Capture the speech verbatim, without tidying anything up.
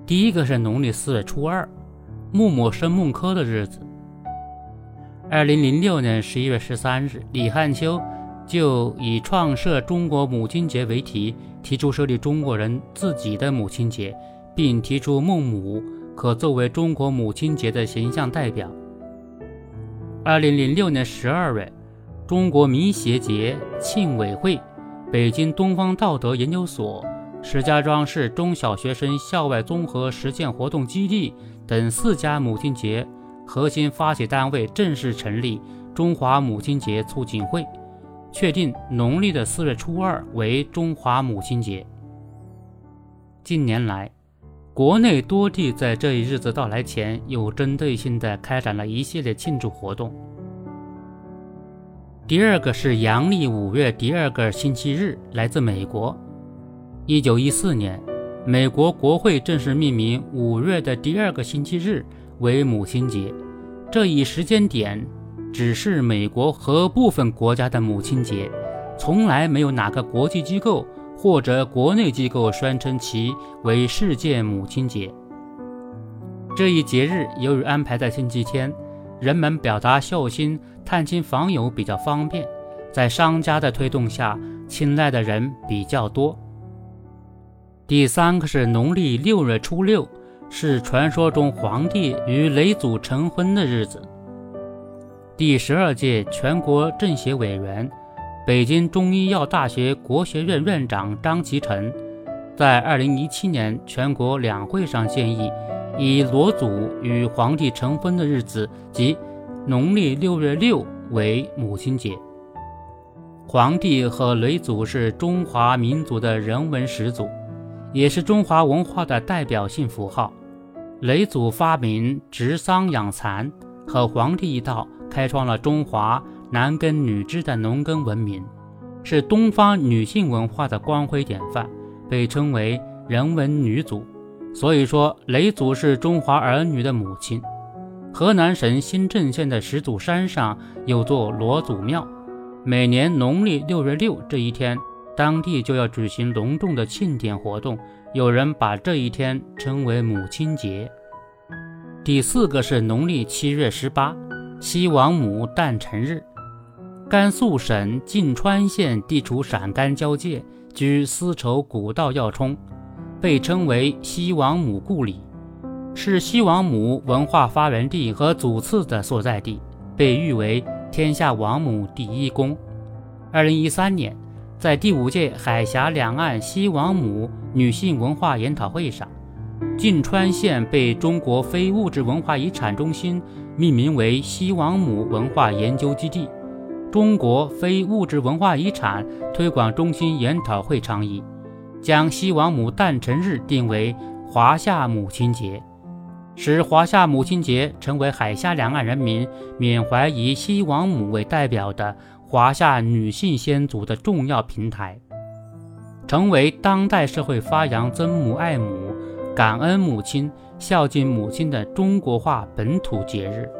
第一个是农历四月初二，木木生木科的日子。二零零六年十一月十三日，李汉秋就以创设中国母亲节为题，提出设立中国人自己的母亲节，并提出孟母可作为中国母亲节的形象代表。二零零六年十二月，中国民协节庆委会、北京东方道德研究所、石家庄市中小学生校外综合实践活动基地等四家母亲节核心发起单位正式成立中华母亲节促进会，确定农历的四月初二为中华母亲节。近年来，国内多地在这一日子到来前有针对性地开展了一系列庆祝活动。第二个是阳历五月第二个星期日，来自美国。一九一四年，美国国会正式命名五月的第二个星期日为母亲节，这一时间点只是美国和部分国家的母亲节，从来没有哪个国际机构或者国内机构宣称其为世界母亲节。这一节日由于安排在星期天，人们表达孝心、探亲访友比较方便，在商家的推动下，青睐的人比较多。第三个是农历六月初六，是传说中皇帝与嫘祖成婚的日子。第十二届全国政协委员、北京中医药大学国学院院长张其成在二零一七年全国两会上建议，以嫘祖与皇帝成婚的日子，即农历六月六为母亲节。皇帝和嫘祖是中华民族的人文始祖，也是中华文化的代表性符号。嫘祖发明植桑养蚕，和皇帝一道开创了中华男耕女织的农耕文明，是东方女性文化的光辉典范，被称为人文女祖。所以说，嫘祖是中华儿女的母亲。河南省新郑县的石祖山上有座嫘祖庙，每年农历六月六这一天，当地就要举行隆重的庆典活动，有人把这一天称为母亲节。第四个是农历七月十八，西王母诞辰日。甘肃省泾川县地处陕甘交界，居丝绸古道要冲，被称为西王母故里，是西王母文化发源地和祖祠的所在地，被誉为天下王母第一宫。二零一三年，在第五届海峡两岸西王母女性文化研讨会上，泾川县被中国非物质文化遗产中心命名为西王母文化研究基地。中国非物质文化遗产推广中心研讨会倡议，将西王母诞辰日定为华夏母亲节，使华夏母亲节成为海峡两岸人民缅怀以西王母为代表的华夏女性先祖的重要平台，成为当代社会发扬尊母爱母、感恩母亲、孝敬母亲的中国化本土节日。